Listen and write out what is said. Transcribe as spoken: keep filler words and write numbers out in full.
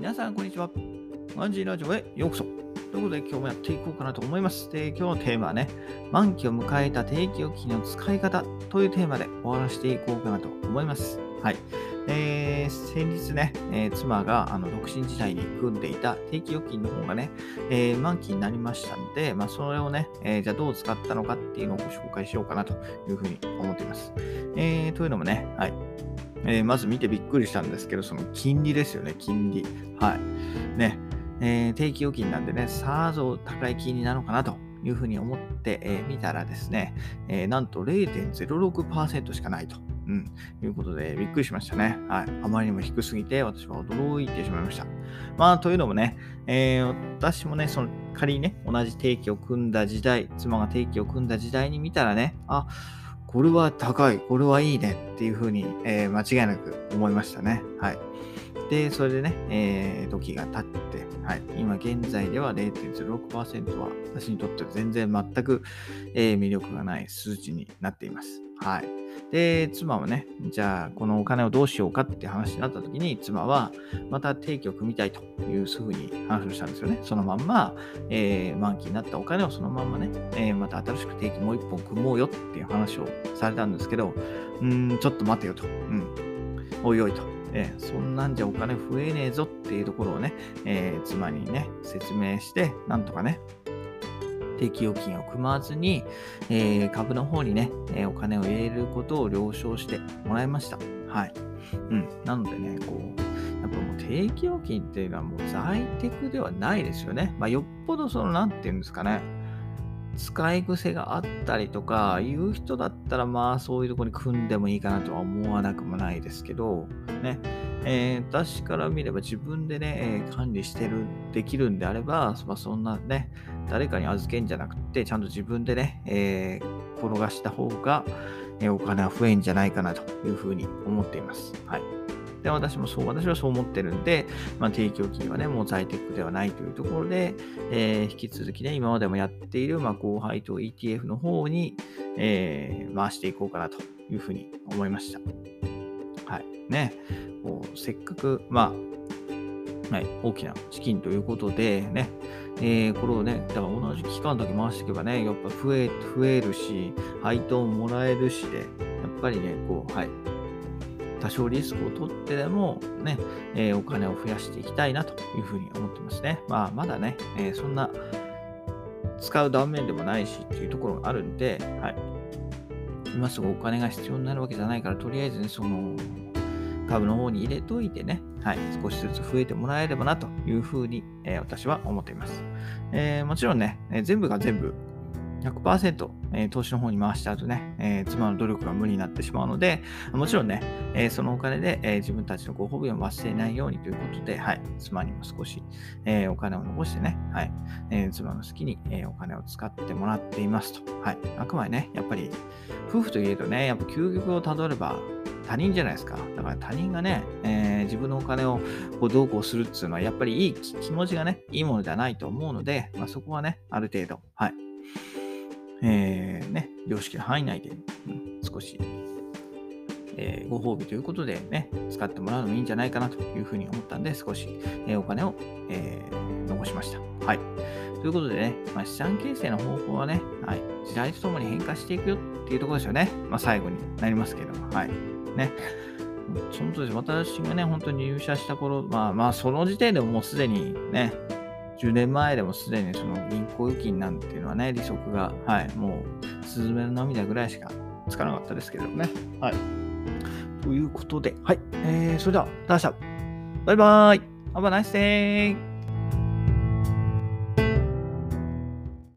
皆さん、こんにちは。マンジーラジオへようこそ。ということで、今日もやっていこうかなと思います。で、今日のテーマはね、満期を迎えた定期預金の使い方というテーマでお話していこうかなと思います。はい。えー、先日ね、えー妻があの独身時代に組んでいた定期預金の方がね、えー満期になりましたんで、まあ、それをね、えーじゃあどう使ったのかっていうのをご紹介しようかなというふうに思っています。えーというのもね、はい。えーまず見てびっくりしたんですけど、その金利ですよね、金利。はい。ね、えー定期預金なんでね、さぞ高い金利なのかなというふうに思ってみ、えー見たらですね、えーなんと れいてんゼロろくパーセント しかないと、うん、いうことでびっくりしましたね。はい。あまりにも低すぎて私は驚いてしまいました。まあ、というのもね、えー私もね、その仮にね、同じ定期を組んだ時代、妻が定期を組んだ時代に見たらね、あ、これは高い、これはいいねっていうふうに、えー間違いなく思いましたね。はい。で、それでね、えー時が経って、はい、今現在では れいてんゼロろくパーセント は私にとっては全然全く、えー魅力がない数値になっています。はい。で、妻はね、じゃあこのお金をどうしようかって話になった時に、妻はまた定期を組みたいというふうに話をしたんですよね。そのまんま、えー満期になったお金をそのまんまね、えーまた新しく定期もう一本組もうよっていう話をされたんですけど、うーん、ちょっと待てよと。うん。おいおいと。えーそんなんじゃお金増えねえぞっていうところをね、えー妻にね、説明して、なんとかね、定期預金を組まずに、えー株の方にね、えーお金を入れることを了承してもらいました。はい。うん。なのでね、こう、やっぱもう定期預金っていうのはもう在宅ではないですよね。まあ、よっぽどその、なんていうんですかね、使い癖があったりとかいう人だったら、まあそういうところに組んでもいいかなとは思わなくもないですけど、ね、えー私から見れば自分でね、えー管理してる、できるんであれば、まあ、そんなね、誰かに預けんじゃなくて、ちゃんと自分でね、えー転がした方が、えーお金は増えんじゃないかなというふうに思っています。はい。で、私もそう、私はそう思ってるんで、まあ、定期預金はね、もう在宅ではないというところで、えー引き続きね、今までもやっている、まあ、高配当 イーティーエフ の方に、えー回していこうかなというふうに思いました。はい。ね。こうせっかく、まあ、はい、大きな資金ということで、ね、えーこれをね、だから同じ期間だけ回していけばね、やっぱ増え、増えるし、配当ももらえるしで、やっぱりね、こう、はい、多少リスクを取ってでもね、えーお金を増やしていきたいなというふうに思ってますね。まあ、まだね、えーそんな使う断面でもないしっていうところがあるんで、はい。今すぐお金が必要になるわけじゃないから、とりあえずね、その、株の方に入れといてね、はい、少しずつ増えてもらえればなというふうに、えー私は思っています。えーもちろんね、えー全部が全部ひゃくパーセント、えー投資の方に回しちゃうとね、えー妻の努力が無になってしまうので、もちろんね、えーそのお金で、えー自分たちのご褒美を忘れないようにということで、はい、妻にも少し、えーお金を残してね、はい、えー妻の好きに、えーお金を使ってもらっていますと。はい、あくまでね、やっぱり夫婦といえどね、やっぱ究極をたどれば他人じゃないですか。だから他人がね、えー自分のお金をこうどうこうするっていうのは、やっぱりいい気気持ちがね、いいものではないと思うので、まあ、そこはね、ある程度、はい、えーね、常識の範囲内で、うん少し、えーご褒美ということでね、使ってもらうのもいいんじゃないかなというふうに思ったんで、少し、えーお金を、えー残しました。はい。ということでね、まあ、資産形成の方法はね、はい、時代とともに変化していくよっていうところですよね。まあ、最後になりますけども、はい。ね。その当時、私がね、本当に入社した頃、まあまあ、その時点でももうすでにね、じゅうねんまえでもすでにその銀行預金なんていうのはね、利息が、はい、もう、スズメの涙ぐらいしかつかなかったですけどもね。はい。ということで、はい。えー、それでは、また明日。バイバーイ。Have a nice day.